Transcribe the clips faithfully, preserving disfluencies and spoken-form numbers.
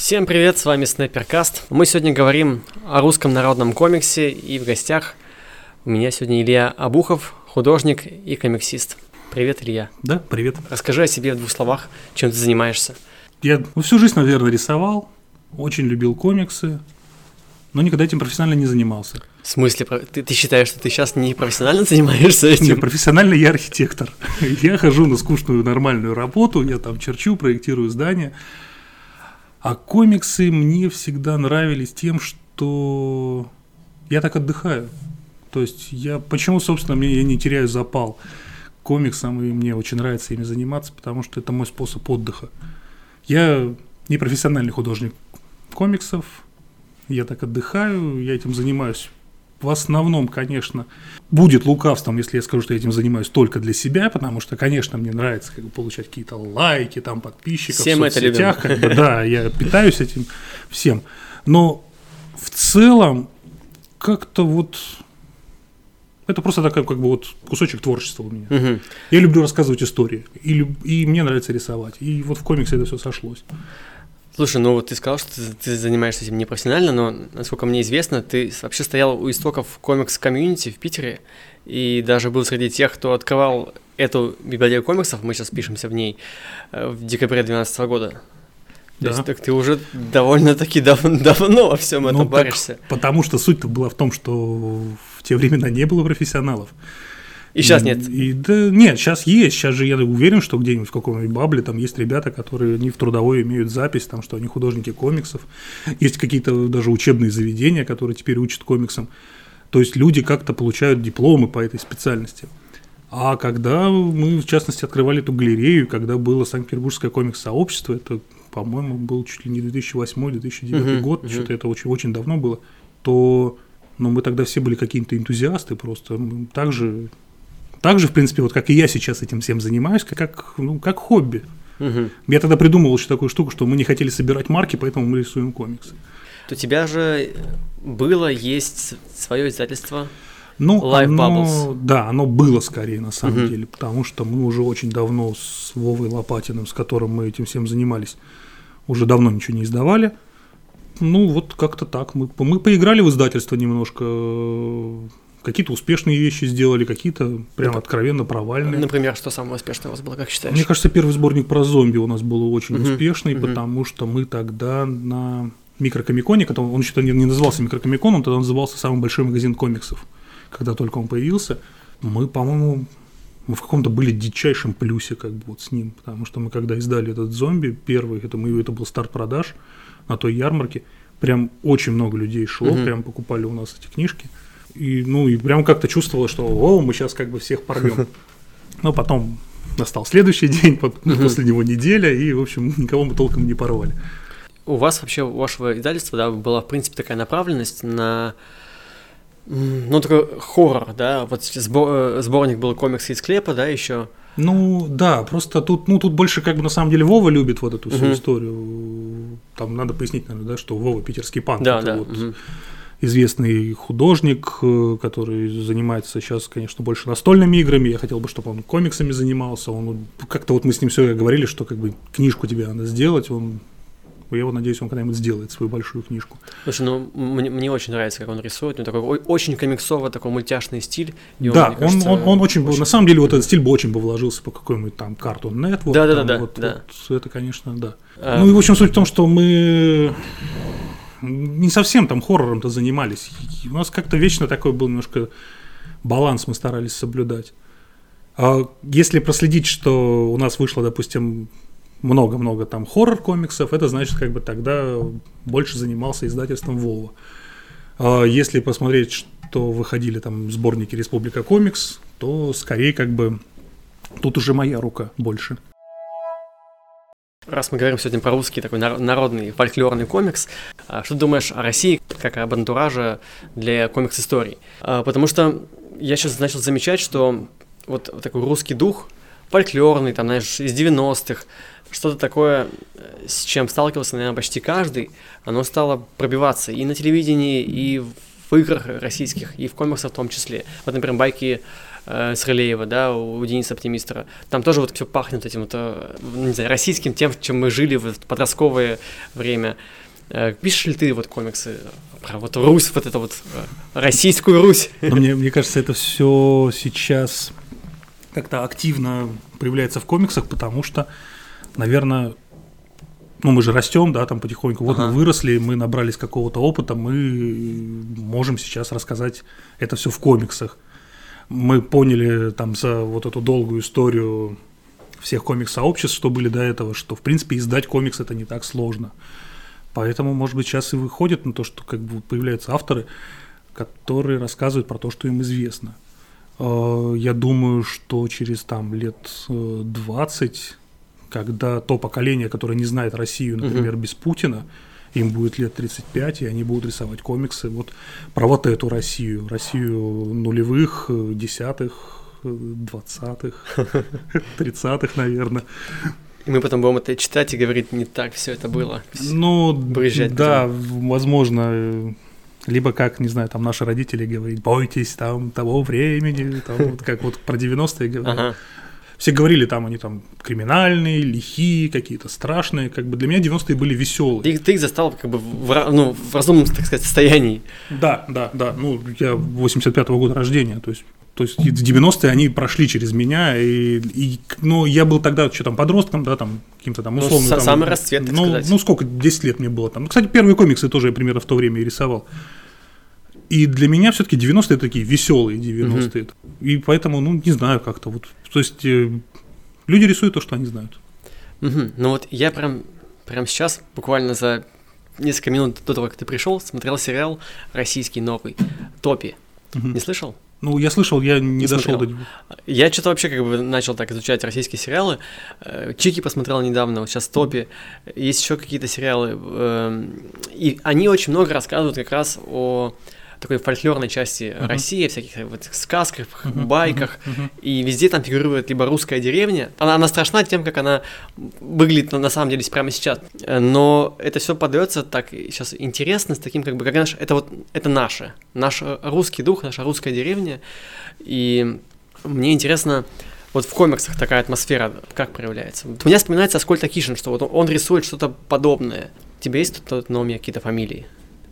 Всем привет, с вами Снайперкаст. Мы сегодня говорим о русском народном комиксе, и в гостях у меня сегодня Илья Обухов, художник и комиксист. Привет, Илья. Да, привет. Расскажи о себе в двух словах, чем ты занимаешься. Я ну, всю жизнь, наверное, рисовал, очень любил комиксы, но никогда этим профессионально не занимался. В смысле, ты, ты считаешь, что ты сейчас не профессионально занимаешься этим? Нет, профессионально я архитектор. Я хожу на скучную нормальную работу, я там черчу, проектирую здания. А комиксы мне всегда нравились тем, что я так отдыхаю. То есть я почему, собственно, мне, я не теряю запал к комиксам, и мне очень нравится ими заниматься, потому что это мой способ отдыха. Я не профессиональный художник комиксов, я так отдыхаю, я этим занимаюсь. В основном, конечно, будет лукавством, если я скажу, что я этим занимаюсь только для себя, потому что, конечно, мне нравится как бы, получать какие-то лайки, там, подписчиков Все в мы соцсетях. Это любим. Как бы, да, я питаюсь этим всем. Но в целом как-то вот это просто такой как бы вот кусочек творчества у меня. Угу. Я люблю рассказывать истории, и, люб... и мне нравится рисовать. И вот в комиксе это все сошлось. Слушай, ну вот ты сказал, что ты, ты занимаешься этим непрофессионально, но, насколько мне известно, ты вообще стоял у истоков комикс-комьюнити в Питере, и даже был среди тех, кто открывал эту библиотеку комиксов, мы сейчас пишемся в ней, в декабре две тысячи двенадцатого года. То Да. есть так ты уже довольно-таки дав- давно во всем этом Ну, паришься. так, потому что суть-то была в том, что в те времена не было профессионалов. И сейчас нет. И, да, нет, сейчас есть. Сейчас же я уверен, что где-нибудь в каком-нибудь бабле там есть ребята, которые они в трудовой имеют запись, там, что они художники комиксов. Есть какие-то даже учебные заведения, которые теперь учат комиксам. То есть люди как-то получают дипломы по этой специальности. А когда мы, в частности, открывали эту галерею, когда было Санкт-Петербургское комикс-сообщество, это, по-моему, был чуть ли не две тысячи восьмой - две тысячи девятый uh-huh, год, uh-huh. что-то это очень, очень давно было, то ну, мы тогда все были какие-то энтузиасты просто. Мы также... Так же, в принципе, вот как и я сейчас этим всем занимаюсь, как, ну, как хобби. Угу. Я тогда придумал еще такую штуку, что мы не хотели собирать марки, поэтому мы рисуем комиксы. У тебя же было, есть свое издательство ну, Life оно, Bubbles. Да, оно было скорее на самом угу. деле, потому что мы уже очень давно с Вовой Лопатиным, с которым мы этим всем занимались, уже давно ничего не издавали. Ну, вот как-то так. Мы, мы поиграли в издательство немножко. Какие-то успешные вещи сделали, какие-то прям откровенно провальные. Например, что самое успешное у вас было, как считаешь? Мне кажется, первый сборник про зомби у нас был очень uh-huh, успешный, uh-huh. потому что мы тогда на Микрокомиконе, он еще не, не назывался Микрокомикон, он тогда назывался самый большой магазин комиксов, когда только он появился. Мы, по-моему, мы в каком-то были дичайшем плюсе как бы вот с ним, потому что мы когда издали этот зомби первый, это, мы, это был старт продаж на той ярмарке, прям очень много людей шло, uh-huh. прям покупали у нас эти книжки. И, ну, и прям как-то чувствовала, что о, мы сейчас как бы всех порвем. Но потом настал следующий день, после него неделя, и, в общем, никого мы толком не порвали. У вас вообще, у вашего издательства, да, была, в принципе, такая направленность на, ну, такой хоррор, да, вот сбор, сборник был «Комиксы из склепа», да, еще. Ну, да, просто тут, ну, тут больше, как бы, на самом деле, Вова любит вот эту всю uh-huh. историю. Там надо пояснить, наверное, да, что Вова питерский панк. Да, это да. вот Uh-huh. известный художник, который занимается сейчас, конечно, больше настольными играми. Я хотел бы, чтобы он комиксами занимался. Он как-то вот мы с ним все говорили, что как бы книжку тебе надо сделать. Он, я вот надеюсь, он когда-нибудь сделает свою большую книжку. Слушай, ну мне, мне очень нравится, как он рисует. Ну, такой очень комиксовый, такой мультяшный стиль. И да, он, кажется, он, он, он очень, очень... на самом деле, вот этот стиль бы очень бы вложился по какому-нибудь там Cartoon Network. Да, да, там, да, вот, да. Вот, это, конечно, да. А... Ну и в общем суть в том, что мы не совсем там хоррором-то занимались. У нас как-то вечно такой был немножко баланс, мы старались соблюдать. А если проследить, что у нас вышло, допустим, много-много там хоррор-комиксов, это значит, как бы тогда больше занимался издательством Вова. А если посмотреть, что выходили там сборники «Республика Комикс», то скорее как бы тут уже моя рука больше. Раз мы говорим сегодня про русский такой народный фольклорный комикс, что ты думаешь о России как об антураже для комикс-историй? Потому что я сейчас начал замечать, что вот такой русский дух, фольклорный, там, знаешь, из девяностых, что-то такое, с чем сталкивался, наверное, почти каждый, оно стало пробиваться и на телевидении, и в играх российских, и в комиксах в том числе. Вот, например, байки э, с Рылеева, да, у, у Дениса Оптимистра, там тоже вот все пахнет этим, вот, э, не знаю, российским, тем, чем мы жили в подростковое время. Э, пишешь ли ты вот комиксы про вот Русь, вот эту вот э, российскую Русь? Но мне, мне кажется, это все сейчас как-то активно проявляется в комиксах, потому что, наверное, ну, мы же растем, да, там потихоньку, вот ага. мы выросли, мы набрались какого-то опыта, мы можем сейчас рассказать это все в комиксах. Мы поняли там за вот эту долгую историю всех комикс-сообществ, что были до этого, что, в принципе, издать комикс – это не так сложно. Поэтому, может быть, сейчас и выходит на то, что как бы появляются авторы, которые рассказывают про то, что им известно. Я думаю, что через там лет двадцать, когда то поколение, которое не знает Россию, например, uh-huh. без Путина, им будет лет тридцать пять, и они будут рисовать комиксы вот про вот эту Россию, Россию нулевых, десятых, двадцатых, тридцатых, наверное. И мы потом будем это читать и говорить, не так все это было. Ну, да, потом. Возможно, либо как, не знаю, там наши родители говорят, бойтесь там того времени, там, вот, как вот про девяностые говорят. Ага. Все говорили, там они там криминальные, лихие, какие-то страшные. Как бы для меня девяностые были веселые. Ты, ты их застал как бы в, ну, в разумном, так сказать, состоянии. Да, да, да. Ну, я восемьдесят пятого года рождения, то есть. То есть девяностые они прошли через меня, и, и ну, я был тогда что там подростком, да, там каким-то там условным. Ну, там, самый расцвет, так ну, сказать. Ну, сколько, десять лет мне было там. Ну, кстати, первые комиксы тоже я примерно в то время и рисовал. И для меня все-таки девяностые такие веселые девяностые. Uh-huh. И поэтому, ну, не знаю, как-то вот. То есть э, люди рисуют то, что они знают. Uh-huh. Ну вот я прям, прям сейчас, буквально за несколько минут до того, как ты пришел, смотрел сериал российский новый «Топи». Uh-huh. Не слышал? Ну, я слышал, я не, не дошел до него. Я что-то вообще как бы начал так изучать российские сериалы. Чики посмотрел недавно, вот сейчас «Топи». Есть еще какие-то сериалы. И они очень много рассказывают как раз о такой фольклорной части uh-huh. России, всяких вот сказках, uh-huh. байках, uh-huh. и везде там фигурирует либо русская деревня. Она, она страшна тем, как она выглядит на, на самом деле прямо сейчас. Но это все подается так сейчас интересно, с таким как бы, как наш, это вот, это наше, наш русский дух, наша русская деревня. И мне интересно, вот в комиксах такая атмосфера как проявляется. Вот у меня вспоминается Аскольд Акишин, что вот он, он рисует что-то подобное. У тебя есть тут на уме какие-то фамилии?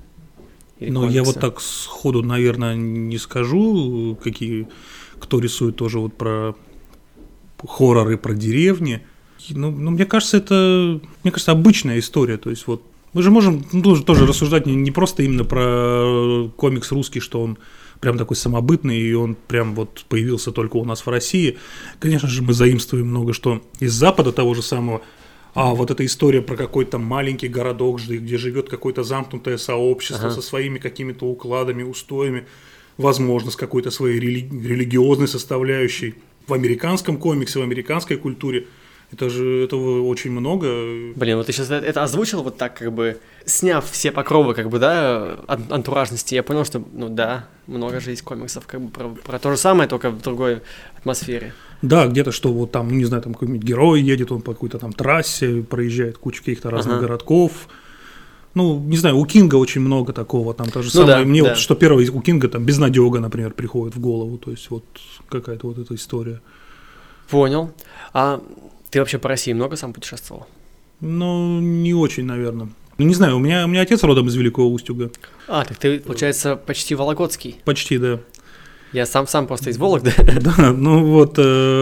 Ну, я вот так сходу, наверное, не скажу, какие, кто рисует тоже вот про хорроры, про деревни. Ну, ну, мне кажется, это, мне кажется, обычная история. То есть вот мы же можем ну, тоже рассуждать не, не просто именно про комикс русский, что он прям такой самобытный, и он прям вот появился только у нас в России. Конечно же, мы заимствуем много что из Запада того же самого. А вот эта история про какой-то маленький городок, где живет какое-то замкнутое сообщество ага. со своими какими-то укладами, устоями, возможно, с какой-то своей рели- религиозной составляющей. В американском комиксе, в американской культуре это же этого очень много. Блин, вот ты сейчас это озвучил вот так, как бы, сняв все покровы, как бы, да, антуражности, я понял, что, ну да, много же есть комиксов, как бы, про, про то же самое, только в другой атмосфере. Да, где-то, что вот там, не знаю, там какой-нибудь герой едет, он по какой-то там трассе, проезжает кучу каких-то разных ага. городков. Ну, не знаю, у Кинга очень много такого, там то же ну самое. Да, мне да. вот, что первое у Кинга, там, Безнадёга, например, приходит в голову, то есть вот какая-то вот эта история. Понял. А ты вообще по России много сам путешествовал? Ну, не очень, наверное. Ну, не знаю, у меня, у меня отец родом из Великого Устюга. А, так ты, получается, почти вологодский. Почти, да. Я сам сам просто из Вологды. Да, ну вот,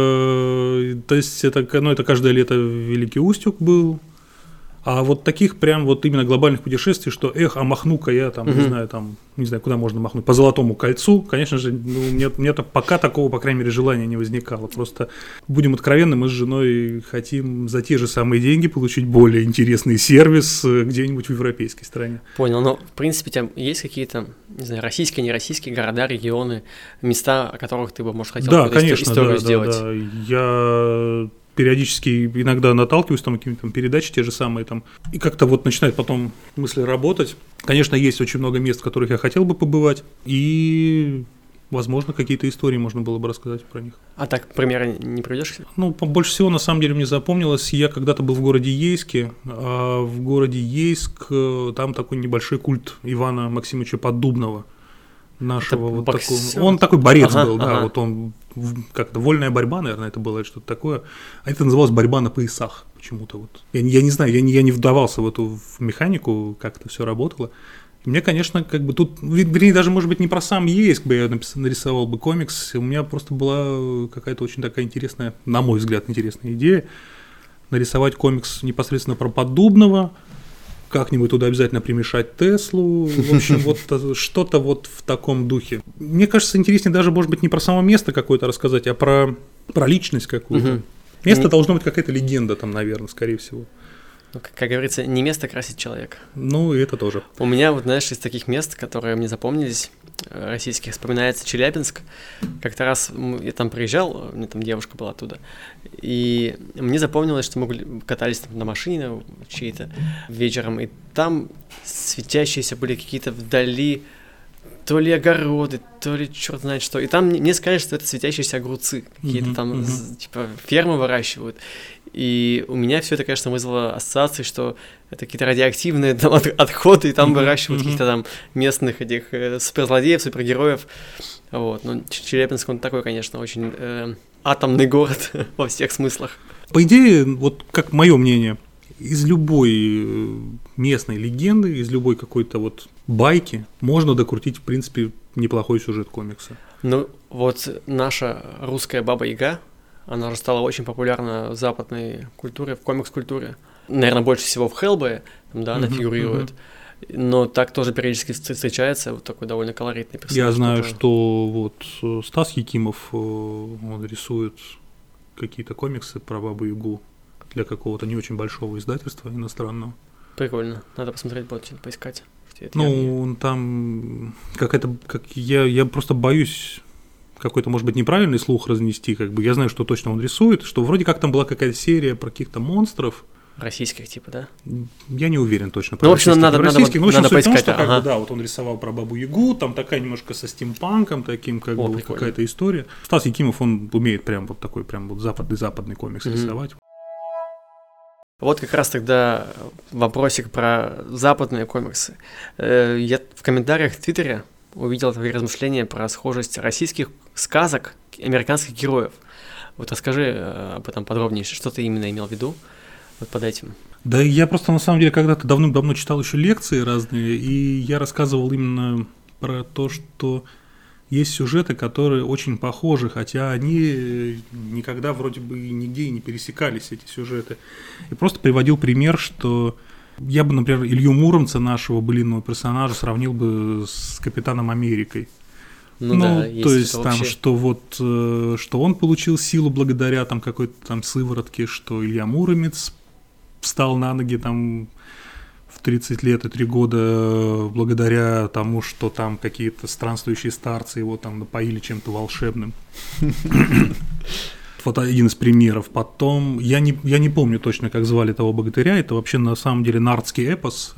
э, то есть это, ну, это каждое лето Великий Устюг был. А вот таких прям вот именно глобальных путешествий, что эх, а махну-ка я там, угу. не знаю, там, не знаю, куда можно махнуть, по Золотому кольцу, конечно же, ну, у меня, у меня пока такого, по крайней мере, желания не возникало. Просто, будем откровенны, мы с женой хотим за те же самые деньги получить более интересный сервис где-нибудь в европейской стране. Понял, но, в принципе, у тебя есть какие-то, не знаю, российские, нероссийские города, регионы, места, о которых ты бы, может, хотел да, конечно, историю да, сделать? Да, да, я... периодически иногда наталкиваюсь, там какие-то там передачи те же самые, там, и как-то вот начинают потом мысли работать. Конечно, есть очень много мест, в которых я хотел бы побывать, и, возможно, какие-то истории можно было бы рассказать про них. А так, примеры не приведешь? Ну, больше всего, на самом деле, мне запомнилось, я когда-то был в городе Ейске, а в городе Ейск там такой небольшой культ Ивана Максимовича Поддубного. нашего это вот боксер? такого. Он такой борец ага, был, да, ага. вот он как-то вольная борьба, наверное, это было что-то такое. А это называлось борьба на поясах почему-то вот. Я, я не знаю, я не, я не вдавался в эту в механику, как это все работало. И мне, конечно, как бы тут, вернее, даже, может быть, не про сам ЕИСК бы я написал, нарисовал бы комикс, у меня просто была какая-то очень такая интересная, на мой взгляд, интересная идея нарисовать комикс непосредственно про Поддубного, как-нибудь туда обязательно примешать Теслу, в общем, вот что-то вот в таком духе. Мне кажется, интереснее даже, может быть, не про само место какое-то рассказать, а про, про личность какую-то. Угу. Место не... должно быть какая-то легенда там, наверное, скорее всего. Ну, как, как говорится, не место красит человека. Ну, и это тоже. У меня, вот, знаешь, из таких мест, которые мне запомнились, российских, вспоминается Челябинск. Как-то раз я там приезжал, у меня там девушка была оттуда, и мне запомнилось, что мы катались там на машине чьей-то вечером, и там светящиеся были какие-то вдали то ли огороды, то ли черт знает что. И там мне сказали, что это светящиеся огурцы, какие-то mm-hmm, там mm-hmm. типа фермы выращивают. И у меня все это, конечно, вызвало ассоциации, что это какие-то радиоактивные там, от, отходы, и там mm-hmm, выращивают mm-hmm. каких-то там местных этих э, суперзлодеев, супергероев. Вот. Но Челябинск, он такой, конечно, очень э, атомный город во всех смыслах. По идее, вот как мое мнение, из любой местной легенды, из любой какой-то вот байки можно докрутить, в принципе, неплохой сюжет комикса. Ну, вот наша русская Баба-Яга, она же стала очень популярна в западной культуре, в комикс-культуре. Наверное, больше всего в Хеллбое, да, она uh-huh, фигурирует. Uh-huh. Но так тоже периодически встречается вот такой довольно колоритный персонаж. Я знаю, тоже. Что вот Стас Якимов, он рисует какие-то комиксы про Бабу-Ягу для какого-то не очень большого издательства иностранного. Прикольно, надо посмотреть, будет поискать. Ну, он там какая-то, как я, я просто боюсь какой-то, может быть, неправильный слух разнести, как бы я знаю, что точно он рисует, что вроде как там была какая-то серия про каких-то монстров. Российских типа, да? Я не уверен точно. Ну, в общем, надо, надо, ну, в общем, надо поискать. Том, что, ага. как бы, да, вот он рисовал про Бабу-Ягу, там такая немножко со стимпанком, таким, как О, бы, какая-то история. Стас Якимов, он умеет прям вот такой, прям вот западный-западный комикс mm-hmm. рисовать. Вот как раз тогда вопросик про западные комиксы. Я в комментариях в Твиттере увидел твои размышления про схожесть российских сказок и американских героев. Вот расскажи об этом подробнее, что ты именно имел в виду вот под этим. Да я просто на самом деле когда-то давным-давно читал еще лекции разные, и я рассказывал именно про то, что есть сюжеты, которые очень похожи, хотя они никогда вроде бы нигде и не пересекались, эти сюжеты. И просто приводил пример, что я бы, например, Илью Муромца, нашего былинного персонажа, сравнил бы с Капитаном Америкой. Ну, ну да, то есть есть там, вообще... что вот, что он получил силу благодаря там какой-то там сыворотке, что Илья Муромец встал на ноги там в тридцать лет и три года благодаря тому, что там какие-то странствующие старцы его там напоили чем-то волшебным. Вот один из примеров. Потом, я не, я не помню точно, как звали того богатыря, это вообще на самом деле нардский эпос.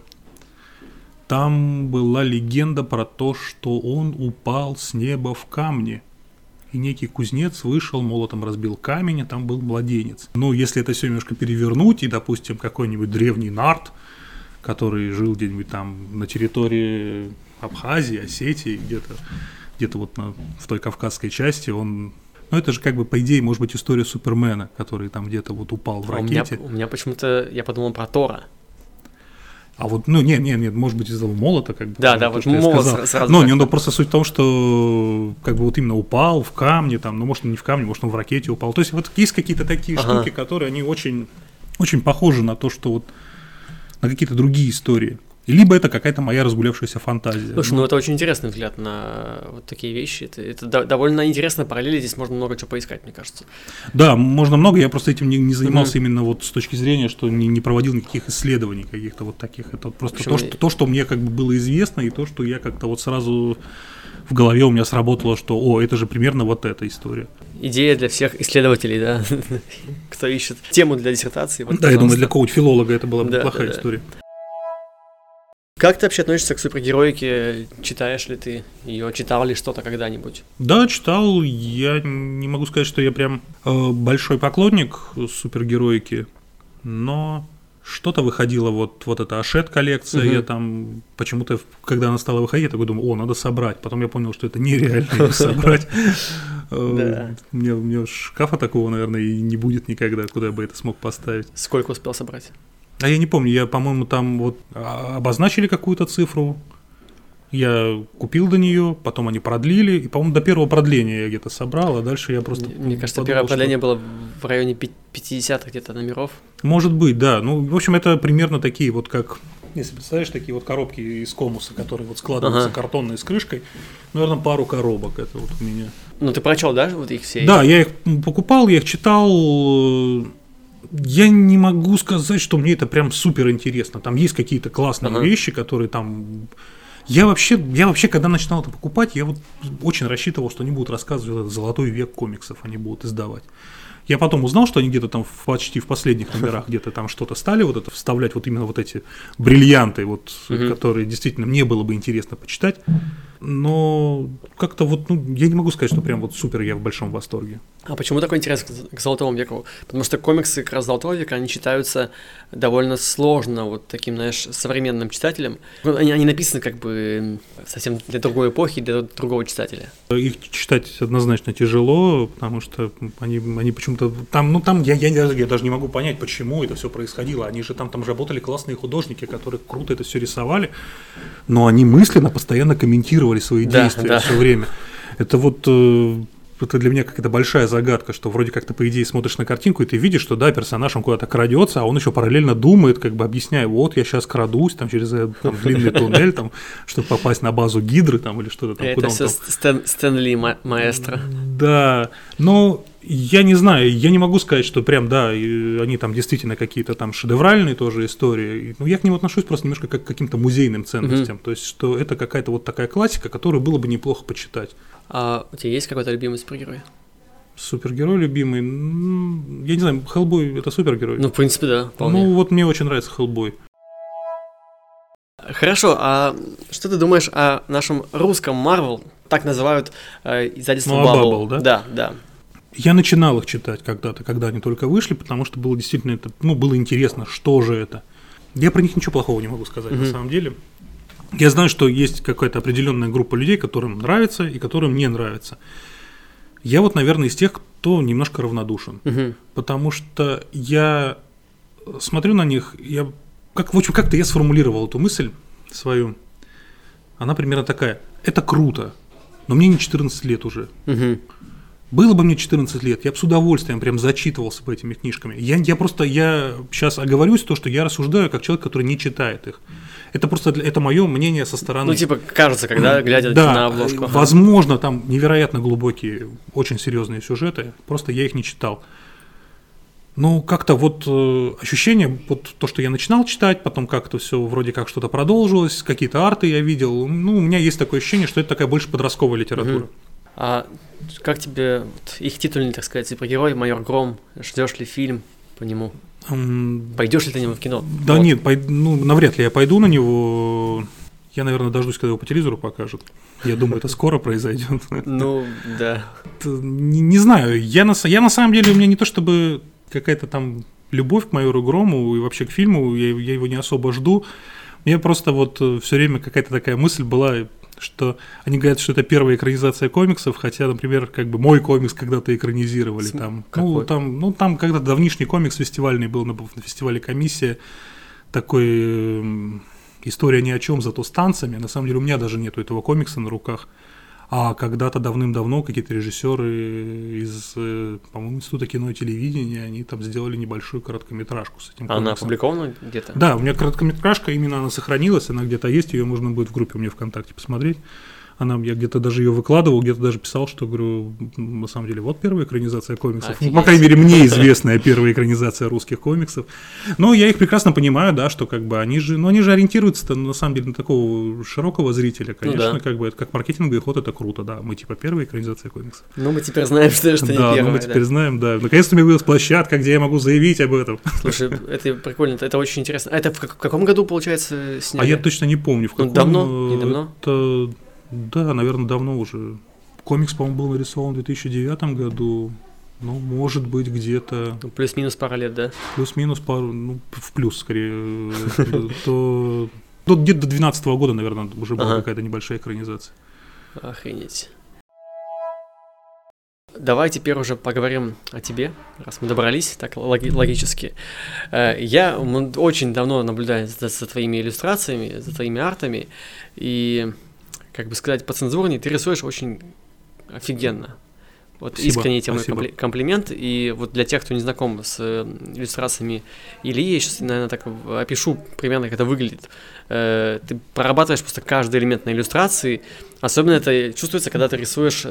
Там была легенда про то, что он упал с неба в камни. И некий кузнец вышел, молотом разбил камень, а там был младенец. Ну, если это все немножко перевернуть, и, допустим, какой-нибудь древний нард, который жил где-нибудь там на территории Абхазии, Осетии, где-то, где-то вот на, в той кавказской части, он... Ну, это же как бы, по идее, может быть, история Супермена, который там где-то вот упал в а ракете. У меня, у меня почему-то, я подумал про Тора. А вот, ну, нет, нет, нет, может быть, из-за молота, как бы. Да, да, то, вот что я молот сказал. сразу. Но, не, но просто суть в том, что как бы вот именно упал в камне, там, ну, может, он не в камне, может, он в ракете упал. То есть вот есть какие-то такие ага. штуки, которые, они очень, очень похожи на то, что вот, на какие-то другие истории. Либо это какая-то моя разгулявшаяся фантазия. Слушай, ну, ну это очень интересный взгляд на вот такие вещи. Это, это до, довольно интересно, параллели здесь можно много чего поискать, мне кажется. Да, можно много, я просто этим не, не занимался mm-hmm. именно вот с точки зрения, что не, не проводил никаких исследований каких-то вот таких. Это вот просто то что, то, что мне как бы было известно, и то, что я как-то вот сразу в голове у меня сработало, что о, это же примерно вот эта история. Идея для всех исследователей, да, кто ищет тему для диссертации. Вот, да, пожалуйста. Я думаю, для коуч-филолога это была бы да, плохая да, история. Да. Как ты вообще относишься к супергероике? Читаешь ли ты ее? Читал ли что-то когда-нибудь? Да, читал. Я не могу сказать, что я прям э, большой поклонник супергероики, но Что-то выходило, вот, вот эта Ашет-коллекция, угу. я там почему-то, когда она стала выходить, я такой думаю, о, надо собрать. Потом я понял, что это нереально ее собрать. У меня шкафа такого, наверное, и не будет никогда, куда я бы это смог поставить. Сколько успел собрать? А я не помню, я, по-моему, там вот обозначили какую-то цифру, я купил до нее, потом они продлили, и, по-моему, до первого продления я где-то собрал, а дальше я просто... Мне кажется, подумал, первое продление что... было в районе пятьдесят где-то номеров. Может быть, да. Ну, в общем, это примерно такие вот как... Если представляешь, такие вот коробки из комуса, которые вот складываются ага. картонной с крышкой, наверное, пару коробок это вот у меня. Ну, ты прочел, да, вот их все? Да, я их покупал, я их читал... Я не могу сказать, что мне это прям супер интересно. Там есть какие-то классные ага. вещи, которые там... Я вообще, я вообще, когда начинал это покупать, я вот очень рассчитывал, что они будут рассказывать этот золотой век комиксов, они будут издавать. Я потом узнал, что они где-то там в, почти в последних номерах где-то там что-то стали вот это вставлять, вот именно вот эти бриллианты, вот, угу. которые действительно мне было бы интересно почитать. Но как-то вот, ну, я не могу сказать, что прям вот супер я в большом восторге. А почему такой интерес к Золотому веку? Потому что комиксы как раз Золотого века, они читаются довольно сложно вот таким, знаешь, современным читателям. Они, они написаны как бы совсем для другой эпохи, для другого читателя. Их читать однозначно тяжело, потому что они, они почему-то там, ну там я, я, я даже не могу понять, почему это все происходило. Они же там, там же работали классные художники, которые круто это все рисовали, но они мысленно постоянно комментировали свои да, действия да. все время. Это вот э, это для меня какая-то большая загадка, что вроде как ты по идее смотришь на картинку и ты видишь, что да, персонаж он куда-то крадется, а он еще параллельно думает, как бы объясняя, вот я сейчас крадусь там через там, длинный туннель, там, чтобы попасть на базу Гидры там или что-то там. Это все Стэн, Стэн Ли ма- маэстро. Да, но я не знаю, я не могу сказать, что прям, да, они там действительно какие-то там шедевральные тоже истории. Ну, я к ним отношусь просто немножко как к каким-то музейным ценностям. Mm-hmm. То есть, что это какая-то вот такая классика, которую было бы неплохо почитать. А у тебя есть какой-то любимый супергерой? Супергерой любимый? Я не знаю, Хеллбой – это супергерой? Ну, в принципе, да, вполне. Ну, вот мне очень нравится Хеллбой. Хорошо, а что ты думаешь о нашем русском Марвел? Так называют э, издательство ну, Bubble. Bubble, да? Да, да. Я начинал их читать когда-то, когда они только вышли, потому что было действительно это, ну, было интересно, что же это. Я про них ничего плохого не могу сказать, mm-hmm. на самом деле. Я знаю, что есть какая-то определенная группа людей, которым нравится и которым не нравится. Я вот, наверное, из тех, кто немножко равнодушен, mm-hmm. потому что я смотрю на них, я, как, в общем, как-то я сформулировал эту мысль свою. Она примерно такая: это круто, но мне не четырнадцать лет уже. Mm-hmm. Было бы мне четырнадцать лет, я бы с удовольствием прям зачитывался бы этими книжками. Я, я просто, я сейчас оговорюсь, то, что я рассуждаю как человек, который не читает их. Это просто, это мое мнение со стороны. Ну, типа, кажется, когда глядя да, на обложку. Возможно, там невероятно глубокие, очень серьезные сюжеты, просто я их не читал. Ну, как-то вот э, ощущение, вот то, что я начинал читать, потом как-то все вроде как что-то продолжилось, какие-то арты я видел. Ну, у меня есть такое ощущение, что это такая больше подростковая литература. Угу. А как тебе вот, их титульный, так сказать, супергерой Майор Гром? Ждешь ли фильм по нему? Um, Пойдешь ли ты на него в кино? Да вот. нет, пой- ну, навряд ли я пойду на него. Я, наверное, дождусь, когда его по телевизору покажут. Я думаю, это скоро произойдет. Ну, да. Не, не знаю, я на, я на самом деле, у меня не то чтобы какая-то там любовь к Майору Грому и вообще к фильму, я, я его не особо жду. Мне просто вот все время какая-то такая мысль была, что они говорят, что это первая экранизация комиксов, хотя, например, как бы мой комикс когда-то экранизировали. См- там, ну, там, ну, там когда-то давнишний комикс фестивальный был на, на фестивале «Комиссия», такой э, история ни о чем, зато с танцами. На самом деле у меня даже нету этого комикса на руках. А когда-то давным-давно какие-то режиссеры из, э, по-моему, Института кино и телевидения, они там сделали небольшую короткометражку с этим комиксом. Она опубликована где-то? Да, у меня короткометражка, именно она сохранилась, она где-то есть, ее можно будет в группе у меня ВКонтакте посмотреть. Она, я где-то даже ее выкладывал, где-то даже писал, что, говорю, на самом деле, вот первая экранизация комиксов. Ну, по крайней мере, мне известная первая экранизация русских комиксов. Но я их прекрасно понимаю, да, что как бы они же, ну, они же ориентируются на самом деле на такого широкого зрителя. Конечно, ну, да. как бы это как маркетинговый ход, это круто, да. Мы типа первая экранизация комиксов. Ну, мы теперь знаем, что, что да, не первая. Да, ну, мы да. теперь знаем, да. Наконец-то у меня появилась площадка, где я могу заявить об этом. Слушай, это прикольно, это очень интересно. А это в каком году, получается, сняли? А я точно не помню, в каком. Ну, давно? Недавно? Это... Да, наверное, давно уже. Комикс, по-моему, был нарисован в две тысячи девятом году. Ну, может быть, где-то... Ну, плюс-минус пара лет, да? Плюс-минус пару, ну, в плюс скорее. То где-то до двенадцатого года, наверное, уже была какая-то небольшая экранизация. Охренеть. Давай теперь уже поговорим о тебе, раз мы добрались так логи- логически. Я очень давно наблюдаю за, за твоими иллюстрациями, за твоими артами, и, как бы сказать, по-цензурнее, ты рисуешь очень офигенно. Вот спасибо, искренне тебе мой комплимент. И вот для тех, кто не знаком с иллюстрациями Ильи, я сейчас, наверное, так опишу примерно, как это выглядит. Ты прорабатываешь просто каждый элемент на иллюстрации. Особенно это чувствуется, когда ты рисуешь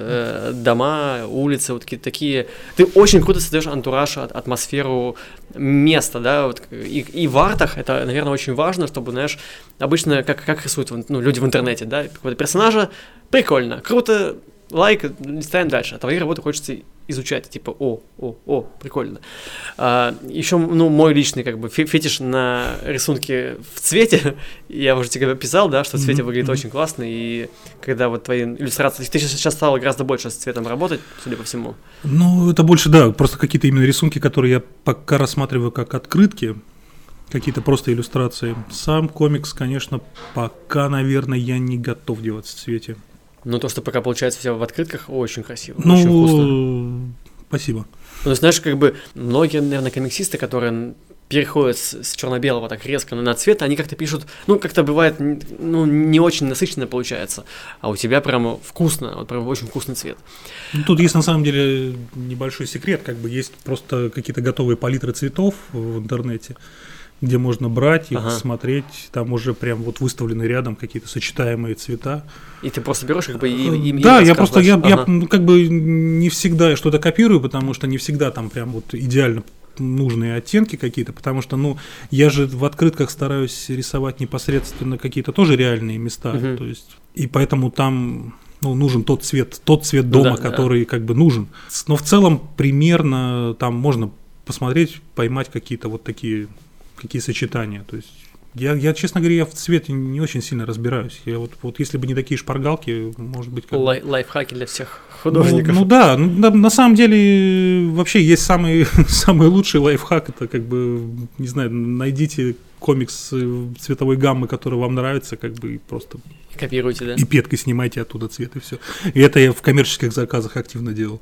дома, улицы, вот какие-то такие... Ты очень круто создаешь антураж, атмосферу места, да, вот. И, и в артах это, наверное, очень важно, чтобы, знаешь, обычно, как, как рисуют ну, люди в интернете, да, какого-то персонажа, прикольно, круто, лайк, листаем дальше. А твои работы хочется изучать, типа, о, о, о, прикольно. А, еще, ну, мой личный, как бы, фетиш на рисунке в цвете, я уже тебе писал, да, что в цвете mm-hmm. выглядит mm-hmm. очень классно, и когда вот твои иллюстрации, ты сейчас стал гораздо больше с цветом работать, судя по всему. Ну, это больше, да, просто какие-то именно рисунки, которые я пока рассматриваю как открытки, какие-то просто иллюстрации. Сам комикс, конечно, пока, наверное, я не готов делать в цвете. Ну, то, что пока получается у тебя в открытках, очень красиво, ну, очень вкусно. Спасибо. Ну, знаешь, как бы многие, наверное, комиксисты, которые переходят с, с черно-белого так резко на цвет, они как-то пишут, ну, как-то бывает, ну, не очень насыщенно получается, а у тебя прямо вкусно, вот прям очень вкусный цвет. Ну, тут есть, на самом деле, небольшой секрет, как бы есть просто какие-то готовые палитры цветов в интернете, где можно брать их, ага. смотреть, там уже прям вот выставлены рядом какие-то сочетаемые цвета. И ты просто берешь как бы и, и да, и я просто я, ага. я ну, как бы не всегда что-то копирую, потому что не всегда там прям вот идеально нужные оттенки какие-то, потому что, ну, я же в открытках стараюсь рисовать непосредственно какие-то тоже реальные места, угу. то есть, и поэтому там, ну, нужен тот цвет, тот цвет дома, ну, да, который да. как бы нужен. Но в целом примерно там можно посмотреть, поймать какие-то вот такие какие сочетания, то есть я, я, честно говоря, я в цвете не очень сильно разбираюсь. Я вот, вот если бы не такие шпаргалки, может быть... Как... Лай- лайфхаки для всех художников. Ну, ну да, ну, на, на самом деле вообще есть самый, самый лучший лайфхак, это как бы, не знаю, найдите комикс цветовой гаммы, который вам нравится, как бы и просто... Копируйте, да? И петкой снимайте оттуда цвет, и все. И это я в коммерческих заказах активно делал.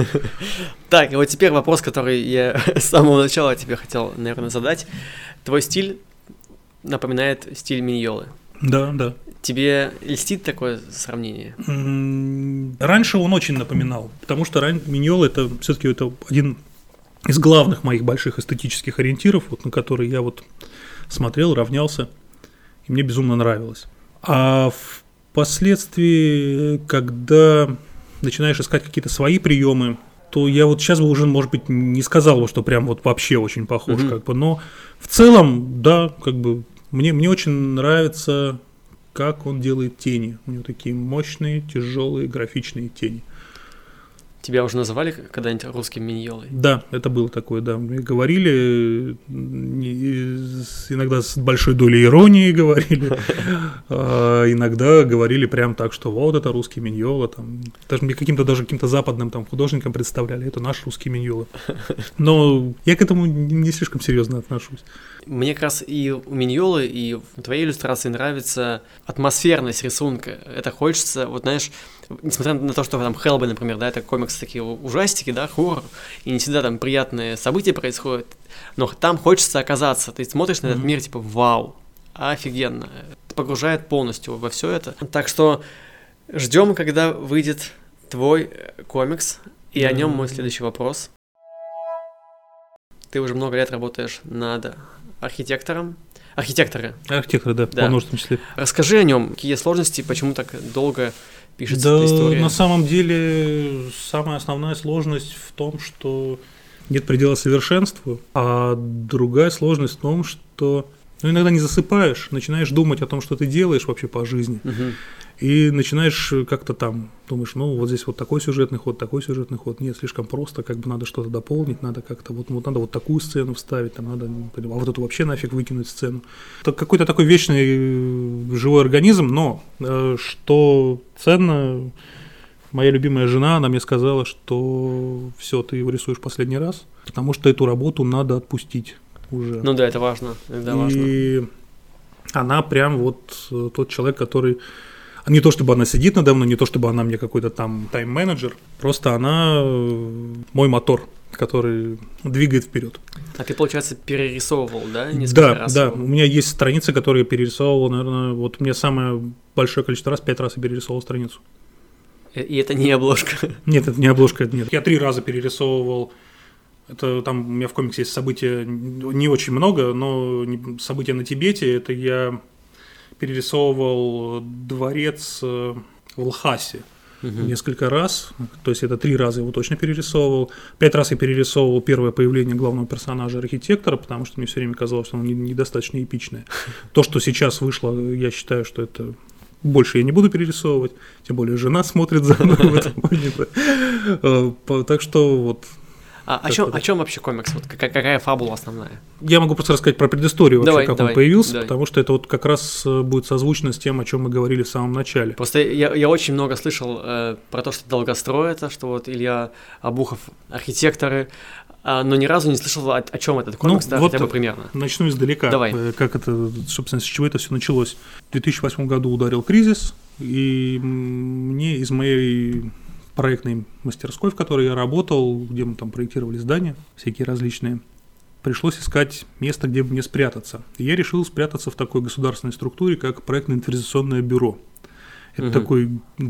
Так, и вот теперь вопрос, который я с самого начала тебе хотел, наверное, задать. Твой стиль напоминает стиль Миньолы. Да, да. Тебе льстит такое сравнение? Раньше он очень напоминал, потому что Миньола это все-таки это один из главных моих больших эстетических ориентиров, вот, на которые я вот смотрел, равнялся, и мне безумно нравилось. А впоследствии, когда начинаешь искать какие-то свои приемы, то я вот сейчас бы уже, может быть, не сказал бы, что прям вот вообще очень похож, mm-hmm. как бы, но в целом, да, как бы мне, мне очень нравится, как он делает тени. У него такие мощные, тяжелые, графичные тени. Тебя уже называли когда-нибудь русским Миньолой? Да, это было такое, да. Мне говорили, иногда с большой долей иронии говорили, а иногда говорили прям так, что вот это русский Миньола. Там, даже мне каким-то даже каким-то западным там, художникам представляли, это наш русский Миньола. Но я к этому не слишком серьезно отношусь. Мне как раз и у Миньолы, и в твоей иллюстрации нравится атмосферность рисунка. Это хочется, вот знаешь, несмотря на то, что там Хеллбой, например, да, это комиксы такие ужастики, да, хоррор, и не всегда там приятные события происходят, но там хочется оказаться. Ты смотришь на mm-hmm. этот мир, типа, вау, офигенно. Это погружает полностью во все это. Так что ждем, когда выйдет твой комикс, и mm-hmm. о нем мой следующий вопрос. Ты уже много лет работаешь над архитектором. Архитекторы. Архитекторы, да, да. во множественном числе. Расскажи о нем, какие сложности, почему так долго пишется да, эта история. На самом деле, самая основная сложность в том, что нет предела совершенству, а другая сложность в том, что ну, иногда не засыпаешь, начинаешь думать о том, что ты делаешь вообще по жизни, угу. и начинаешь как-то там, думаешь, ну вот здесь вот такой сюжетный ход, такой сюжетный ход, нет, слишком просто, как бы надо что-то дополнить, надо как-то, вот, вот надо вот такую сцену вставить, там надо, а вот эту вообще нафиг выкинуть сцену. Это какой-то такой вечный живой организм, но э, что ценно Моя любимая жена, она мне сказала, что все, ты его рисуешь последний раз, потому что эту работу надо отпустить уже. Ну да, это важно. Это и важно. Она прям вот тот человек, который... Не то, чтобы она сидит надо мной, не то, чтобы она мне какой-то там тайм-менеджер, просто она мой мотор, который двигает вперед. А ты, получается, перерисовывал, да, несколько да, раз? Да, его? У меня есть страницы, которые я перерисовывал, наверное, вот мне самое большое количество раз, пять раз я перерисовывал страницу. И это не обложка? Нет, это не обложка, нет. Я три раза перерисовывал, это там у меня в комиксе есть события, не очень много, но события на Тибете, это я перерисовывал дворец в Лхасе. Uh-huh. Несколько раз, то есть это три раза его точно перерисовывал. Пять раз я перерисовывал первое появление главного персонажа архитектора, потому что мне все время казалось, что он недостаточно эпичное. То, что сейчас вышло, я считаю, что это больше я не буду перерисовывать, тем более жена смотрит за мной в этом моменте. Так что вот. А о чем, о чем вообще комикс? Вот какая, какая фабула основная? Я могу просто рассказать про предысторию вообще, давай, как давай, он появился, давай. Потому что это вот как раз будет созвучно с тем, о чем мы говорили в самом начале. Просто я, я очень много слышал э, про то, что долгострой это, что вот Илья Обухов архитекторы, э, но ни разу не слышал, о, о чем этот комикс, ну, да, вот хотя бы примерно. Начну издалека. Давай. Как это, собственно, с чего это все началось. В две тысячи восьмом году ударил кризис, и мне из моей проектной мастерской, в которой я работал, где мы там проектировали здания всякие различные, пришлось искать место, где бы мне спрятаться. И я решил спрятаться в такой государственной структуре, как проектно-инвестиционное бюро. Это угу. такой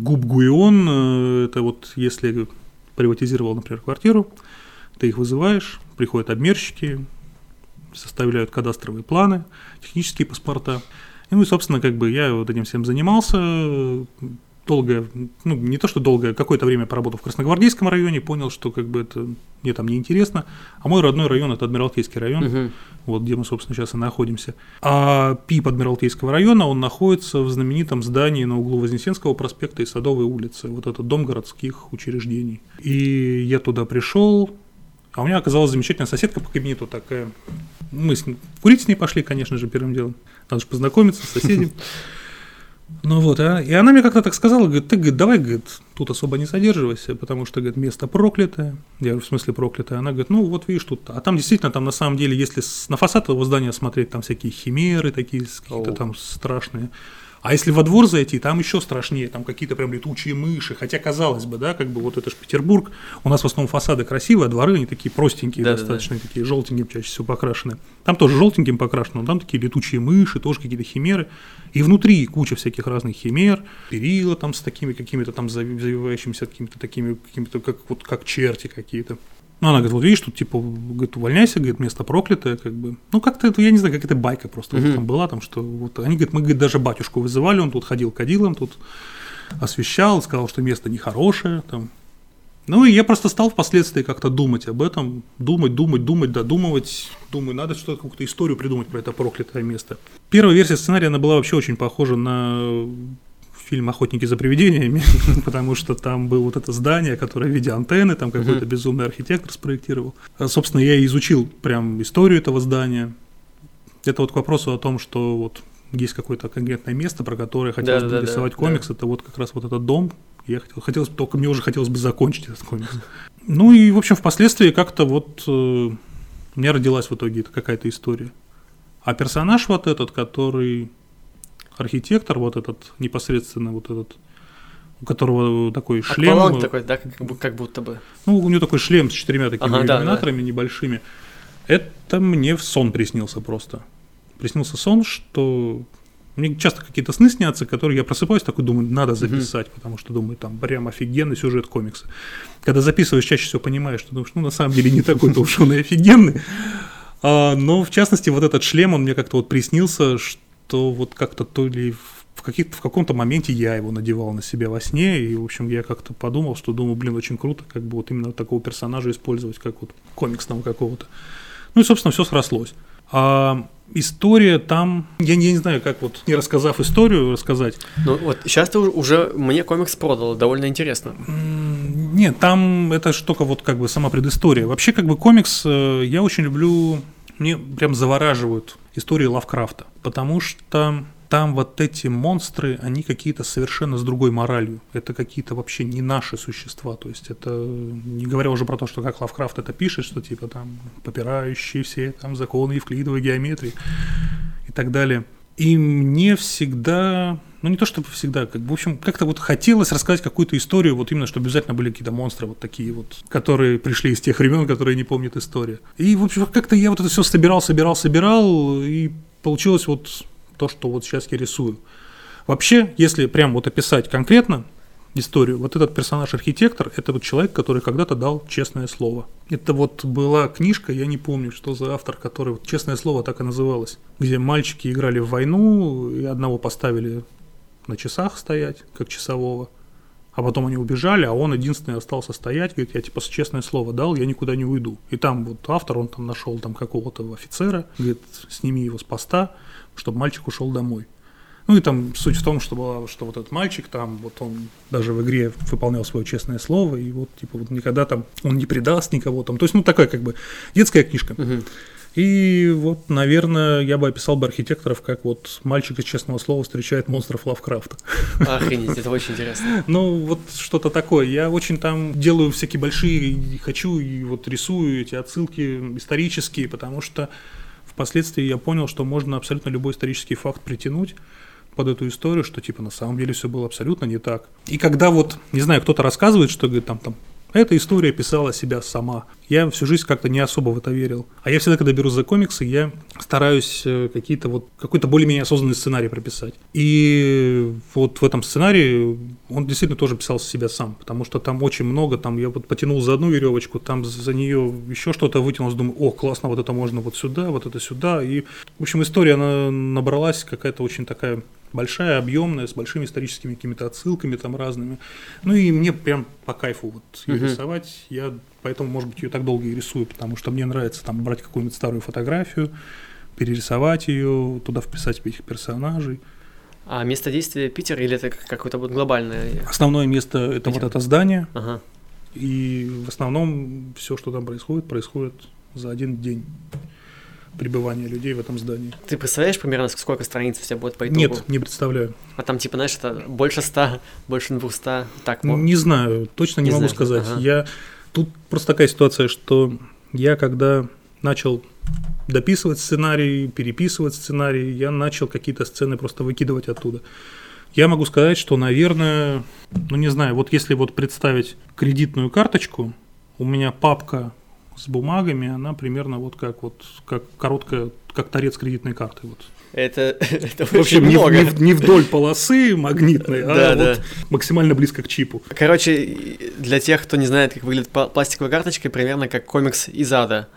ГУБ-ГУИОН, это вот если приватизировал, например, квартиру, ты их вызываешь, приходят обмерщики, составляют кадастровые планы, технические паспорта. И, ну и, собственно, как бы я вот этим всем занимался. Долгое, ну не то что долгое, какое-то время поработал в Красногвардейском районе, понял, что как бы это мне там неинтересно, а мой родной район это Адмиралтейский район, uh-huh. вот где мы, собственно, сейчас и находимся. А ПИП Адмиралтейского района, он находится в знаменитом здании на углу Вознесенского проспекта и Садовой улицы, вот это дом городских учреждений. И я туда пришел, а у меня оказалась замечательная соседка по кабинету такая, мы с ней, курить с ней пошли, конечно же, первым делом, надо же познакомиться с соседями. Ну вот, а, и она мне как-то так сказала, говорит, ты, говорит, давай, говорит, тут особо не задерживайся, потому что, говорит, место проклятое. Я говорю, в смысле проклятое? Она говорит, ну вот видишь, тут, а там действительно, там на самом деле, если с, на фасад этого здания смотреть, там всякие химеры такие, какие-то там страшные. А если во двор зайти, там еще страшнее, там какие-то прям летучие мыши, хотя, казалось бы, да, как бы вот это ж Петербург, у нас в основном фасады красивые, а дворы они такие простенькие, да, достаточно, да, да. такие желтенькие чаще всего покрашены. Там тоже желтеньким покрашено, но там такие летучие мыши, тоже какие-то химеры, и внутри куча всяких разных химер, перила там с такими какими-то там завивающимися какими-то такими, какими-то как, вот, как черти какие-то. Ну, она говорит, вот видишь, тут типа, говорит, увольняйся, говорит, место проклятое, как бы. Ну, как-то это, я не знаю, как это байка просто mm-hmm. вот там была, там, что вот они, говорит, мы, говорит, даже батюшку вызывали, он тут ходил кадилом, тут освещал, сказал, что место нехорошее, там. Ну, и я просто стал впоследствии как-то думать об этом, думать, думать, думать, додумывать, думаю, надо что-то, какую-то историю придумать про это проклятое место. Первая версия сценария, она была вообще очень похожа на фильм «Охотники за привидениями», потому что там было вот это здание, которое в виде антенны, там какой-то uh-huh. безумный архитектор спроектировал. Собственно, я изучил прям историю этого здания. Это вот к вопросу о том, что вот есть какое-то конкретное место, про которое хотелось да, бы да, рисовать да, комикс, да. это вот как раз вот этот дом. Я хотел, хотелось, только мне уже хотелось бы закончить этот комикс. Ну и, в общем, впоследствии как-то вот э, у меня родилась в итоге какая-то история. А персонаж вот этот, который... архитектор, вот этот, непосредственно вот этот, у которого такой шлем. Акваланг такой, да, как, как будто бы. Ну, у него такой шлем с четырьмя такими ага, иллюминаторами да, да. небольшими. Это мне в сон приснился просто. Приснился сон, что... Мне часто какие-то сны снятся, которые я просыпаюсь, такой думаю, надо записать, mm-hmm. потому что думаю, там прям офигенный сюжет комикса. Когда записываешь, чаще всего понимаешь, что думаешь, ну, на самом деле не такой-то уж он и офигенный. А, но, в частности, вот этот шлем, он мне как-то вот приснился, что то вот как-то то ли в, в каком-то моменте я его надевал на себя во сне, и, в общем, я как-то подумал, что, думаю, блин, очень круто, как бы вот именно такого персонажа использовать, как вот комиксного какого-то. Ну и, собственно, все срослось. А история там, я не, я не знаю, как вот, не рассказав историю, рассказать. Ну вот сейчас ты уже мне комикс продал, довольно интересно. Нет, там это ж только вот как бы сама предыстория. Вообще, как бы комикс я очень люблю... Мне прям завораживают истории Лавкрафта, потому что там вот эти монстры, они какие-то совершенно с другой моралью. Это какие-то вообще не наши существа. То есть это, не говоря уже про то, что как Лавкрафт это пишет, что типа там попирающие все там законы евклидовой геометрии и так далее. И мне всегда, ну не то чтобы всегда, как бы, в общем, как-то вот хотелось рассказать какую-то историю, вот именно, чтобы обязательно были какие-то монстры вот такие вот, которые пришли из тех времен, которые не помнят историю. И, в общем, как-то я вот это все собирал, собирал, собирал, и получилось вот то, что вот сейчас я рисую. Вообще, если прям вот описать конкретно историю, вот этот персонаж-архитектор, это вот человек, который когда-то дал честное слово. Это вот была книжка, я не помню, что за автор, который, вот, честное слово так и называлось, где мальчики играли в войну, и одного поставили на часах стоять, как часового, а потом они убежали, а он единственный остался стоять, говорит, я типа честное слово дал, я никуда не уйду. И там вот автор, он там нашел там какого-то офицера, говорит, сними его с поста, чтобы мальчик ушел домой. Ну и там суть в том, что была, что вот этот мальчик там, вот он даже в игре выполнял свое честное слово, и вот типа вот никогда там он не предаст никого там. То есть, ну такая как бы детская книжка. Uh-huh. И вот, наверное, я бы описал бы архитекторов, как вот мальчик из честного слова встречает монстров Лавкрафта. Охренеть, это очень интересно. Ну, вот что-то такое. Я очень там делаю всякие большие, хочу и вот рисую эти отсылки исторические, потому что впоследствии я понял, что можно абсолютно любой исторический факт притянуть под эту историю, что типа на самом деле все было абсолютно не так. И когда вот, не знаю, кто-то рассказывает, что говорит там, там эта история писала себя сама, я всю жизнь как-то не особо в это верил. А я всегда, когда берусь за комиксы, я стараюсь какие-то вот, какой-то более-менее осознанный сценарий прописать. И вот в этом сценарии он действительно тоже писал себя сам, потому что там очень много, там я вот потянул за одну веревочку, там за нее еще что-то вытянул, думаю, о, классно, вот это можно вот сюда, вот это сюда. И, в общем, история, она набралась какая-то очень такая большая, объемная, с большими историческими какими-то отсылками там разными. Ну и мне прям по кайфу вот ее uh-huh. рисовать. Я поэтому, может быть, ее так долго и рисую, потому что мне нравится там брать какую-нибудь старую фотографию, перерисовать ее, туда вписать этих персонажей. А место действия Питер или это какое-то вот глобальное? Основное место – это Питер. Вот это здание. Ага. И в основном все, что там происходит, происходит за один день пребывания людей в этом здании. Ты представляешь примерно, сколько страниц у тебя будет по итогу? Нет, не представляю. А там типа, знаешь, это больше ста, больше двухсот, так? Вот. Не знаю, точно не, не могу знаешь, сказать. Ага. Я... Тут просто такая ситуация, что я когда начал дописывать сценарий, переписывать сценарий, я начал какие-то сцены просто выкидывать оттуда. Я могу сказать, что, наверное, ну не знаю, вот если вот представить кредитную карточку, у меня папка с бумагами, она примерно вот как вот как короткая, как торец кредитной карты. Вот. Это, это в общем, не, не, не вдоль полосы магнитной, а да, вот да. максимально близко к чипу. Короче, для тех, кто не знает, как выглядит пластиковая карточка, примерно как комикс из ада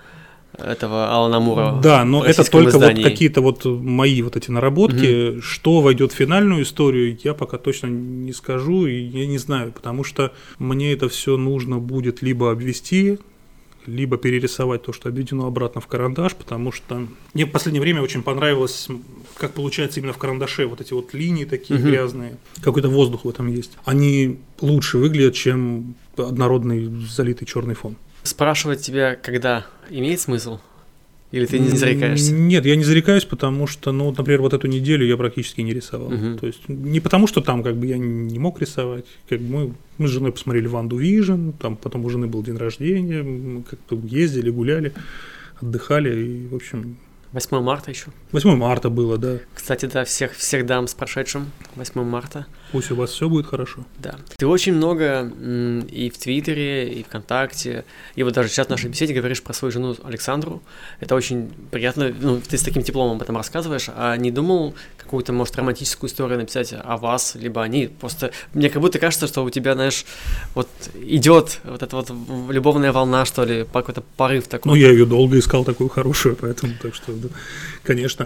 этого Алана Мура. Да, но это только издании. Вот какие-то вот мои вот эти наработки. Угу. Что войдет в финальную историю, я пока точно не скажу, и я не знаю, потому что мне это все нужно будет либо обвести, либо перерисовать то, что обведено обратно в карандаш, потому что мне в последнее время очень понравилось, как получается именно в карандаше вот эти вот линии такие uh-huh. грязные, какой-то воздух в этом есть. Они лучше выглядят, чем однородный залитый черный фон. Спрашивать тебя, когда, имеет смысл? Или ты не зарекаешься? Нет, я не зарекаюсь, потому что, ну, например, вот эту неделю я практически не рисовал. Uh-huh. То есть не потому, что там как бы я не мог рисовать. Как бы мы, мы с женой посмотрели «Ванду Вижн», там потом у жены был день рождения, мы как-то ездили, гуляли, отдыхали, и, в общем... восьмое марта еще. восьмое марта было, да. Кстати, да, всех, всех дам с прошедшим восьмое марта. Пусть у вас все будет хорошо. Да. Ты очень много м, и в Твиттере, и ВКонтакте, и вот даже сейчас в нашей беседе говоришь про свою жену Александру. Это очень приятно, ну, ты с таким теплом об этом рассказываешь, а не думал какую-то, может, романтическую историю написать о вас, либо они просто... Мне как будто кажется, что у тебя, знаешь, вот идет вот эта вот любовная волна, что ли, какой-то порыв такой. Ну, я ее долго искал такую хорошую, поэтому, так что, да, конечно...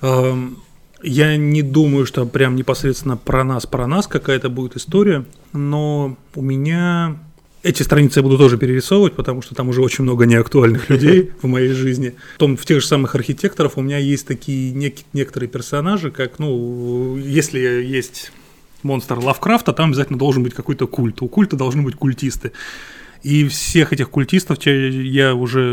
Я не думаю, что прям непосредственно про нас, про нас какая-то будет история, но у меня эти страницы я буду тоже перерисовывать, потому что там уже очень много неактуальных людей в моей жизни. В, том, в тех же самых архитекторов у меня есть такие нек- некоторые персонажи, как, ну, если есть монстр Лавкрафта, там обязательно должен быть какой-то культ. У культа должны быть культисты. И всех этих культистов я уже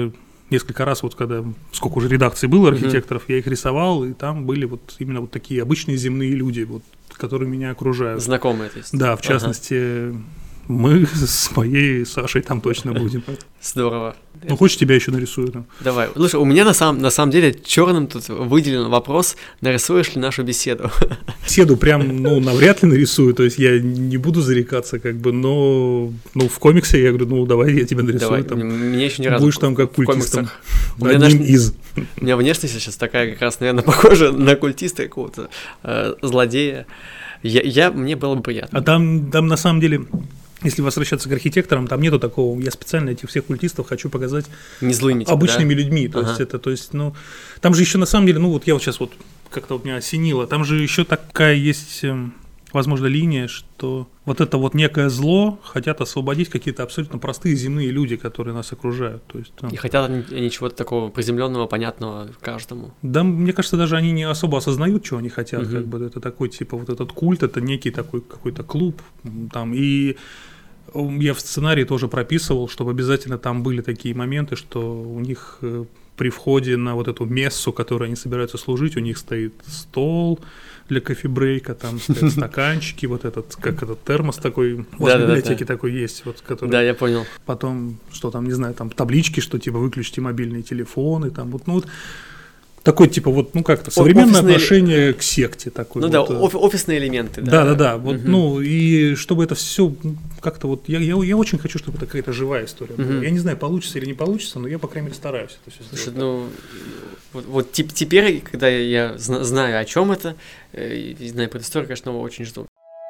несколько раз, вот когда, сколько уже редакций было архитекторов, mm-hmm. я их рисовал, и там были вот именно вот такие обычные земные люди, вот, которые меня окружают. Знакомые, то есть? Да, в частности, ага. мы с моей Сашей там точно будем. Здорово. Ну, хочешь, тебя еще нарисую там? Давай. Слушай, у меня на самом, на самом деле черным тут выделен вопрос, нарисуешь ли нашу беседу? Беседу прям, ну, навряд ли нарисую, то есть я не буду зарекаться, как бы, но ну, в комиксе я говорю, ну, давай я тебя нарисую. Давай, там. Мне еще не разу будешь там как культистом. Одним наш... из. У меня внешность сейчас такая, как раз, наверное, похожа на культиста какого-то э, злодея. Я, я, мне было бы приятно. А там, там на самом деле... Если возвращаться к архитекторам, там нету такого. Я специально этих всех культистов хочу показать не злыми, обычными да? людьми. То ага. есть это, то есть, ну, там же еще на самом деле, ну вот я вот сейчас вот как-то вот меня осенило. Там же еще такая есть, возможно, линия, что вот это вот некое зло хотят освободить какие-то абсолютно простые земные люди, которые нас окружают. То есть, ну, и хотят они чего-то такого приземленного, понятного каждому. Да, мне кажется, даже они не особо осознают, чего они хотят. Угу. Как бы это такой типа вот этот культ, это некий такой какой-то клуб там и я в сценарии тоже прописывал, чтобы обязательно там были такие моменты, что у них при входе на вот эту мессу, которую они собираются служить, у них стоит стол для кофе-брейка, там стоят стаканчики, вот этот, как этот термос такой, у вас в библиотеке такой есть, вот, который... Да, я понял. Потом, что там, не знаю, там таблички, что типа выключите мобильные телефоны, там вот, ну вот... Такой, типа, вот, ну как-то, современное офисные... отношение к секте такой. Ну вот. да, оф- офисные элементы, да. Да, да, да. Вот, угу. Ну, и чтобы это все как-то вот. Я, я, я очень хочу, чтобы это какая-то живая история была. Угу. Я не знаю, получится или не получится, но я, по крайней мере, стараюсь это все сделать. Слушай, ну, вот, вот тип- теперь, когда я зна- знаю, о чем это, и знаю предысторию, конечно, очень жду.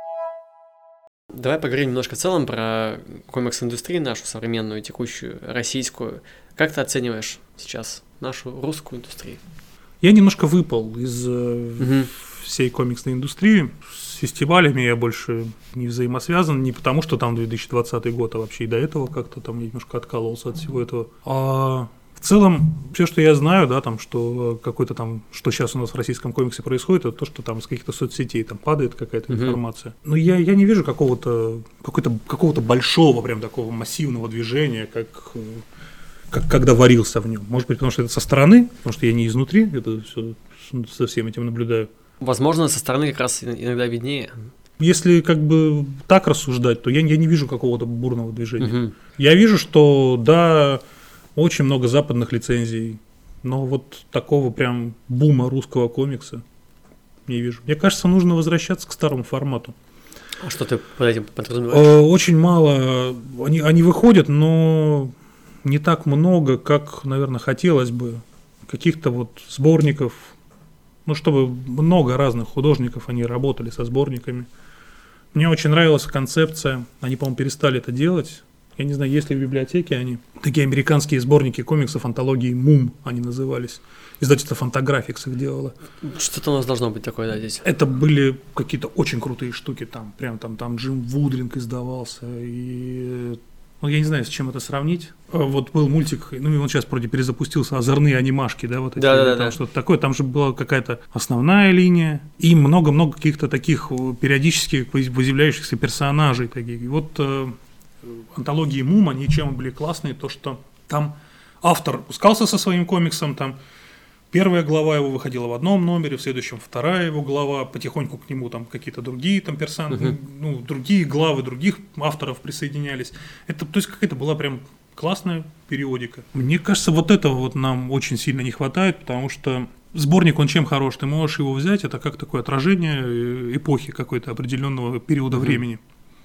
Давай поговорим немножко в целом про комикс-индустрию нашу современную, текущую, российскую. Как ты оцениваешь сейчас нашу русскую индустрию? Я немножко выпал из угу. всей комиксной индустрии. С фестивалями я больше не взаимосвязан, не потому что там две тысячи двадцатый год, а вообще и до этого как-то там я немножко откалывался от всего этого. А в целом, все, что я знаю, да, там, что какой-то там, что сейчас у нас в российском комиксе происходит, это то, что там из каких-то соцсетей там падает какая-то угу. информация. Но я, я не вижу какого-то, какого-то, какого-то большого, прям такого массивного движения, как... Как, когда варился в нем. Может быть, потому что это со стороны, потому что я не изнутри, это все со всем этим наблюдаю. Возможно, со стороны как раз иногда виднее. Если как бы так рассуждать, то я, я не вижу какого-то бурного движения. Угу. Я вижу, что да, очень много западных лицензий, но вот такого прям бума русского комикса не вижу. Мне кажется, нужно возвращаться к старому формату. А что ты под этим подразумеваешь? Очень мало. Они, они выходят, но... не так много, как, наверное, хотелось бы, каких-то вот сборников, ну, чтобы много разных художников, они работали со сборниками. Мне очень нравилась концепция, они, по-моему, перестали это делать, я не знаю, есть ли в библиотеке они, такие американские сборники комиксов, антологии «Мум» они назывались, издательство «Фантаграфикс» их делало. Что-то у нас должно быть такое, да, здесь? Это были какие-то очень крутые штуки, там, прям там, там Джим Вудринг издавался, и... Ну, я не знаю, с чем это сравнить. Вот был мультик, ну, и он сейчас вроде перезапустился, «Озорные анимашки», да, вот эти, да, да, там да. что-то такое. Там же была какая-то основная линия и много-много каких-то таких периодически возявляющихся персонажей таких. И вот э, антологии «Мум», они чем были классные, то, что там автор пускался со своим комиксом, там первая глава его выходила в одном номере, в следующем вторая его глава, потихоньку к нему там какие-то другие там персонажи, uh-huh. ну, другие главы других авторов присоединялись. Это, то есть какая-то была прям классная периодика. Мне кажется, вот этого вот нам очень сильно не хватает, потому что сборник, он чем хорош? Ты можешь его взять, это как такое отражение эпохи какой-то определенного периода uh-huh. времени,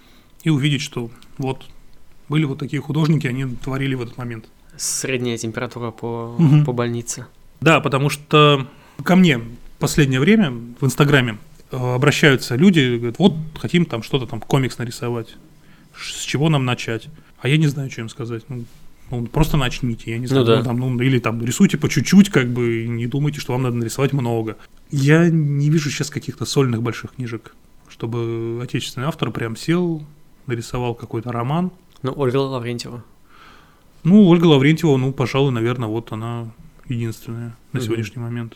и увидеть, что вот были вот такие художники, они творили в этот момент. Средняя температура по, uh-huh. по больнице. Да, потому что ко мне в последнее время в Инстаграме обращаются люди, говорят, вот хотим там что-то там, комикс нарисовать, с чего нам начать? А я не знаю, что им сказать. Ну, ну просто начните, я не знаю. Ну, да. ну, там, ну, или там рисуйте по чуть-чуть, как бы, и не думайте, что вам надо нарисовать много. Я не вижу сейчас каких-то сольных больших книжек, чтобы отечественный автор прям сел, нарисовал какой-то роман. Ну, Ольга Лаврентьева. Ну, Ольга Лаврентьева, ну, пожалуй, наверное, вот она... единственное на mm-hmm. сегодняшний момент.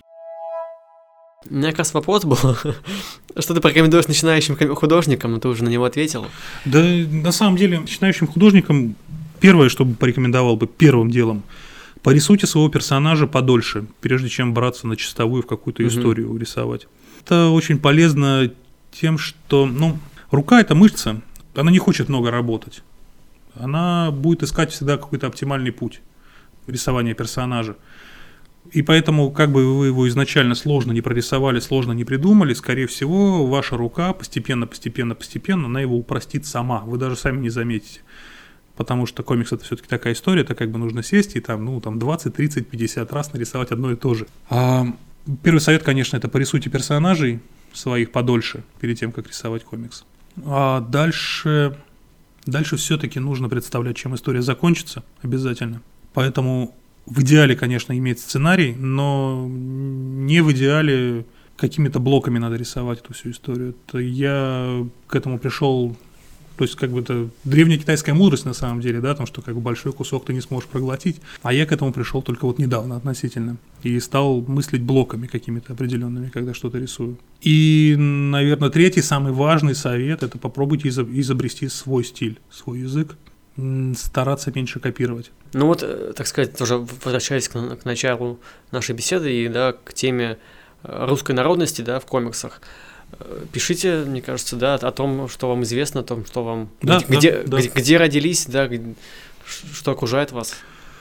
У меня как раз вопрос был, что ты порекомендуешь начинающим художникам, но ты уже на него ответил. Да, на самом деле, начинающим художникам первое, что бы порекомендовал бы первым делом, порисуйте своего персонажа подольше, прежде чем браться на чистовую в какую-то mm-hmm. историю рисовать. Это очень полезно тем, что, ну, рука – это мышца, она не хочет много работать. Она будет искать всегда какой-то оптимальный путь рисования персонажа. И поэтому, как бы вы его изначально сложно не прорисовали, сложно не придумали, скорее всего, ваша рука постепенно, постепенно, постепенно, она его упростит сама. Вы даже сами не заметите. Потому что комикс – это все-таки такая история, это как бы нужно сесть и там, ну, там двадцать, тридцать, пятьдесят раз нарисовать одно и то же. А первый совет, конечно, это порисуйте персонажей своих подольше, перед тем, как рисовать комикс. А дальше, дальше все-таки нужно представлять, чем история закончится, обязательно. Поэтому в идеале, конечно, иметь сценарий, но не в идеале какими-то блоками надо рисовать эту всю историю. Это я к этому пришел, то есть как бы это древняя китайская мудрость на самом деле, да, потому что как бы большой кусок ты не сможешь проглотить, а я к этому пришел только вот недавно относительно и стал мыслить блоками какими-то определенными, когда что-то рисую. И, наверное, третий, самый важный совет – это попробуйте изобрести свой стиль, свой язык, стараться меньше копировать. Ну вот, так сказать, тоже возвращаясь к, к началу нашей беседы и, да, к теме русской народности, да, в комиксах, пишите, мне кажется, да, о том, что вам известно, о том, что вам, да, где, да, где, да. где родились, да, что окружает вас.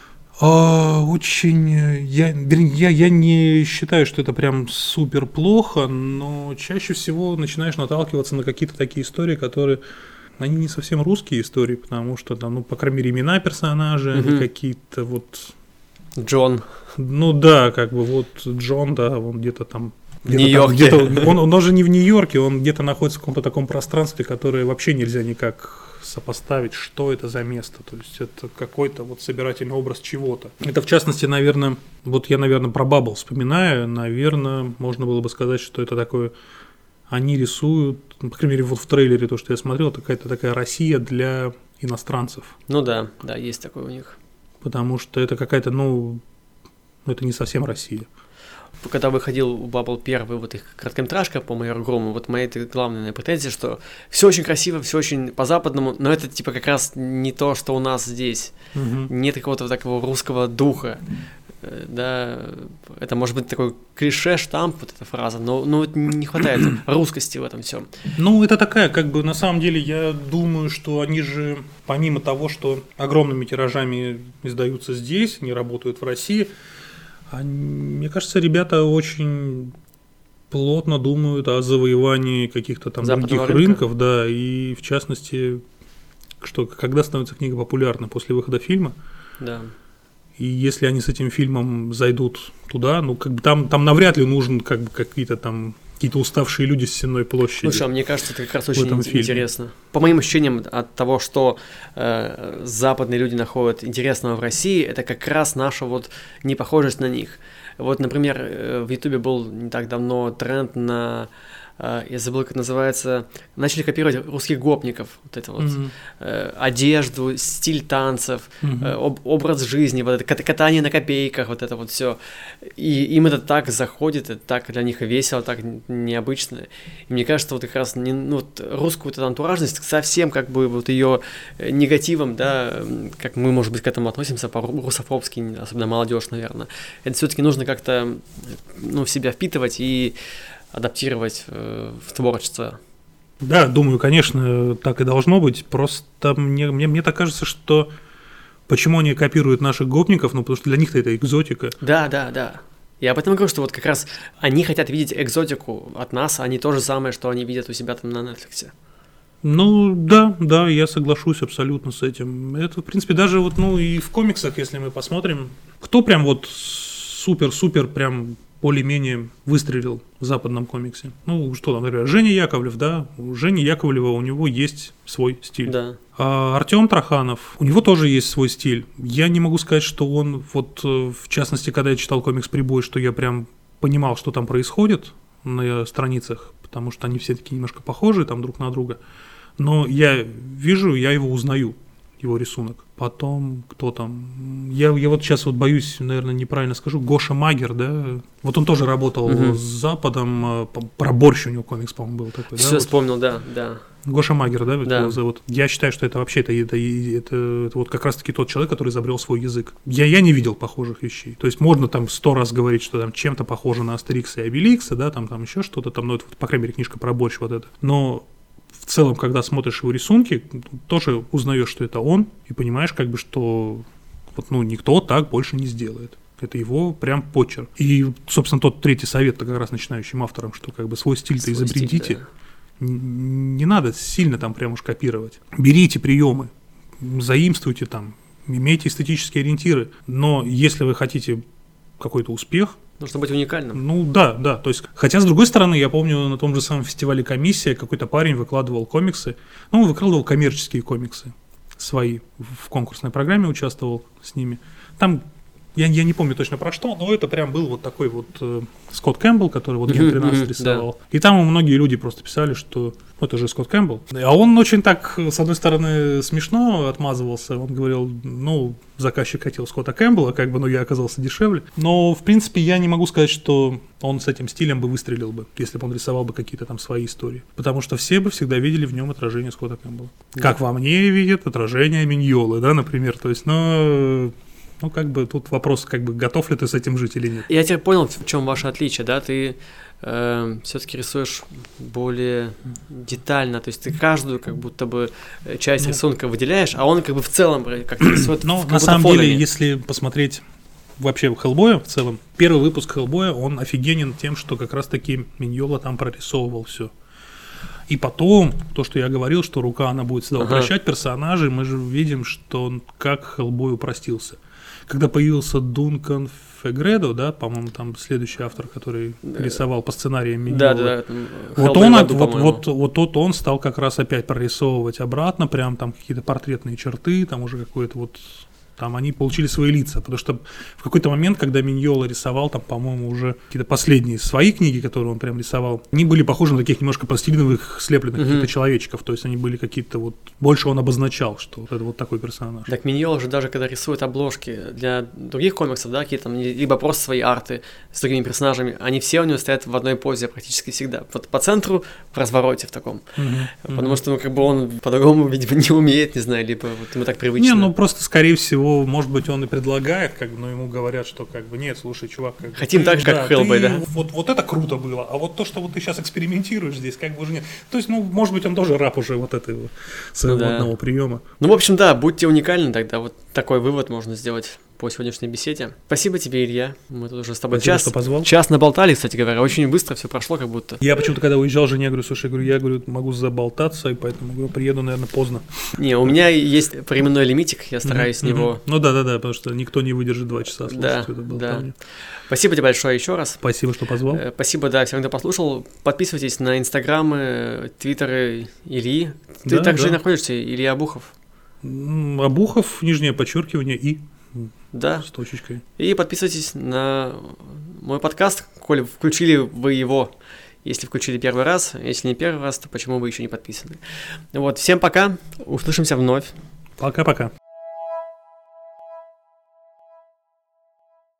А, очень, я, я, я не считаю, что это прям супер плохо, но чаще всего начинаешь наталкиваться на какие-то такие истории, которые, они не совсем русские истории, потому что там, ну, по крайней мере, имена персонажей, угу. они какие-то вот... Джон. Ну да, как бы вот Джон, да, он где-то там... В Нью-Йорке. Где-то, он, он даже не в Нью-Йорке, он где-то находится в каком-то таком пространстве, которое вообще нельзя никак сопоставить, что это за место. То есть это какой-то вот собирательный образ чего-то. Это в частности, наверное, вот я, наверное, про Баббл вспоминаю, наверное, можно было бы сказать, что это такое, они рисуют, по крайней мере, вот в трейлере, то, что я смотрел, какая-то такая Россия для иностранцев. Ну да, да, есть такое у них. Потому что это какая-то, ну, это не совсем Россия. Когда выходил у Баббл первый вот их короткометражка по Майор Грому, вот моя главная претензия, что все очень красиво, все очень по-западному, но это типа как раз не то, что у нас здесь. Угу. Нет какого-то такого русского духа. Да, это может быть такой клише, штамп, вот эта фраза, но, но не хватает русскости в этом всем. Ну, это такая, как бы, на самом деле, я думаю, что они же, помимо того, что огромными тиражами издаются здесь, не работают в России, они, мне кажется, ребята очень плотно думают о завоевании каких-то там западного других рынка. рынков, да, и в частности, что когда становится книга популярна после выхода фильма, да. И если они с этим фильмом зайдут туда, ну, как бы там, там навряд ли нужен как бы какие-то там какие-то уставшие люди с Сенной площади. Слушай, а мне кажется, это как раз очень интересно. По моим ощущениям от того, что э, западные люди находят интересного в России, это как раз наша вот непохожесть на них. Вот, например, в Ютубе был не так давно тренд на... Я забыл, как называется. Начали копировать русских гопников. Вот это вот mm-hmm. э, одежду, стиль танцев, mm-hmm. э, об, образ жизни, вот это катание на копейках, вот это вот все. И им это так заходит, это так для них весело, так необычно. И мне кажется, вот как раз не, ну, вот русскую вот эту антуражность совсем как бы вот ее негативом, да, как мы, может быть, к этому относимся по-русофобски, особенно молодежь, наверное. Это все-таки нужно как-то, ну, в себя впитывать и адаптировать э, в творчество. Да, думаю, конечно, так и должно быть. Просто мне, мне, мне так кажется, что почему они копируют наших гопников, ну, потому что для них это экзотика. Да, да, да. Я об этом говорю, что вот как раз они хотят видеть экзотику от нас, а не то же самое, что они видят у себя там на Netflix. Ну, да, да, я соглашусь абсолютно с этим. Это, в принципе, даже вот, ну, и в комиксах, если мы посмотрим, кто прям вот супер-супер прям более-менее выстрелил в западном комиксе. Ну, что там, например, Женя Яковлев, да, у Жени Яковлева у него есть свой стиль. Да. А Артём Траханов, у него тоже есть свой стиль. Я не могу сказать, что он, вот, в частности, когда я читал комикс «Прибой», что я прям понимал, что там происходит на страницах, потому что они все такие немножко похожи там друг на друга. Но я вижу, я его узнаю, его рисунок. Потом, кто там? Я, я вот сейчас вот боюсь, наверное, неправильно скажу. Гоша Магер, да? Вот он тоже работал угу. с Западом. Про борщ у него комикс, по-моему, был такой. Все да? вспомнил, вот. да, да. Гоша Магер, да, да. его зовут. Я считаю, что это вообще это, это, это, это вот как раз-таки тот человек, который изобрел свой язык. Я, я не видел похожих вещей. То есть можно там сто раз говорить, что там чем-то похоже на Астерикса и Обеликса, да, там, там еще что-то, там, ну, это, по крайней мере, книжка про борщ вот это. Но в целом, когда смотришь его рисунки, тоже узнаешь, что это он, и понимаешь, как бы, что вот, ну, никто так больше не сделает. Это его прям почерк. И, собственно, тот третий совет как раз начинающим авторам, что как бы свой стиль-то свой изобретите. Стиль, да. Не надо сильно там прям уж копировать. Берите приемы, заимствуйте там, имейте эстетические ориентиры. Но если вы хотите какой-то успех... Нужно быть уникальным. Ну да, да. То есть, хотя, с другой стороны, я помню, на том же самом фестивале «Комиссия» какой-то парень выкладывал комиксы. Ну, он выкладывал коммерческие комиксы свои. В конкурсной программе участвовал с ними. Там... Я, я не помню точно про что, но это прям был вот такой вот э, Скотт Кэмпбелл, который вот Ген тринадцать рисовал. Да. И там многие люди просто писали, что ну, это же Скотт Кэмпбелл. А он очень так, с одной стороны, смешно отмазывался. Он говорил, ну, заказчик хотел Скотта Кэмпбелла, как бы, ну, я оказался дешевле. Но, в принципе, я не могу сказать, что он с этим стилем бы выстрелил бы, если бы он рисовал бы какие-то там свои истории. Потому что все бы всегда видели в нем отражение Скотта Кэмпбелла. Да. Как во мне видят отражение Миньолы, да, например. То есть, ну... Ну, как бы тут вопрос, как бы готов ли ты с этим жить или нет. Я теперь понял, в чем ваше отличие, да, ты э, все-таки рисуешь более детально, то есть ты каждую как будто бы часть ну, рисунка выделяешь, а он как бы в целом как-то рисует. Ну, на самом фоновее. Деле, если посмотреть вообще Хеллбоя в целом, первый выпуск Хеллбоя, он офигенен тем, что как раз-таки Миньола там прорисовывал все. И потом, то, что я говорил, что рука, она будет всегда ага. упрощать персонажей, мы же видим, что он как Хеллбой упростился. Когда появился Дункан Фегредо, да, по-моему, там следующий автор, который рисовал по сценариям Миньолы. Да, да, да. Вот он, Ладу, вот, вот, вот тот он стал как раз опять прорисовывать обратно, прям там какие-то портретные черты, там уже какое-то вот... Там они получили свои лица, потому что в какой-то момент, когда Миньола рисовал, там, по-моему, уже какие-то последние свои книги, которые он прям рисовал, они были похожи на таких немножко пластилиновых слепленных mm-hmm. каких-то человечков, то есть они были какие-то вот, больше он обозначал, что вот это вот такой персонаж. Так Миньола же даже когда рисует обложки для других комиксов, да, какие-то там, либо просто свои арты с другими персонажами, они все у него стоят в одной позе практически всегда, вот по центру, в развороте в таком, mm-hmm. потому mm-hmm. что, ну, как бы он по-другому, видимо, не умеет, не знаю, либо вот ему так привычно. Не, ну, просто, скорее всего, может быть, он и предлагает, как бы, но ему говорят, что как бы нет, слушай, чувак, как бы, хотим ты, так же, да, как Хеллбой, да? Вот, вот это круто было, а вот то, что вот ты сейчас экспериментируешь здесь, как бы уже нет. То есть, ну, может быть, он тоже раб уже вот этого своего ну, да. одного приема. Ну, в общем, да, будьте уникальны тогда, вот такой вывод можно сделать по сегодняшней беседе. Спасибо тебе, Илья. Мы тут уже с тобой Спасибо, час, что позвал. час наболтали, кстати говоря. Очень быстро все прошло, как будто. Я почему-то, когда уезжал, жене говорю, слушай, я говорю, я говорю, могу заболтаться, и поэтому говорю, приеду, наверное, поздно. Не, у меня есть временной лимитик, я стараюсь с него... Ну да-да-да, потому что никто не выдержит два часа слушать да, это болтовню. Да. Спасибо тебе большое еще раз. Спасибо, что позвал. Спасибо, да, всем, кто послушал. Подписывайтесь на инстаграмы, твиттеры Ильи. Ты да, также да. находишься, Илья Обухов. Обухов, нижнее подчеркивание, и... Да. С точечкой. И подписывайтесь на мой подкаст, коли включили вы его. Если включили первый раз, если не первый раз, то почему вы еще не подписаны? Вот, всем пока, услышимся вновь. Пока-пока.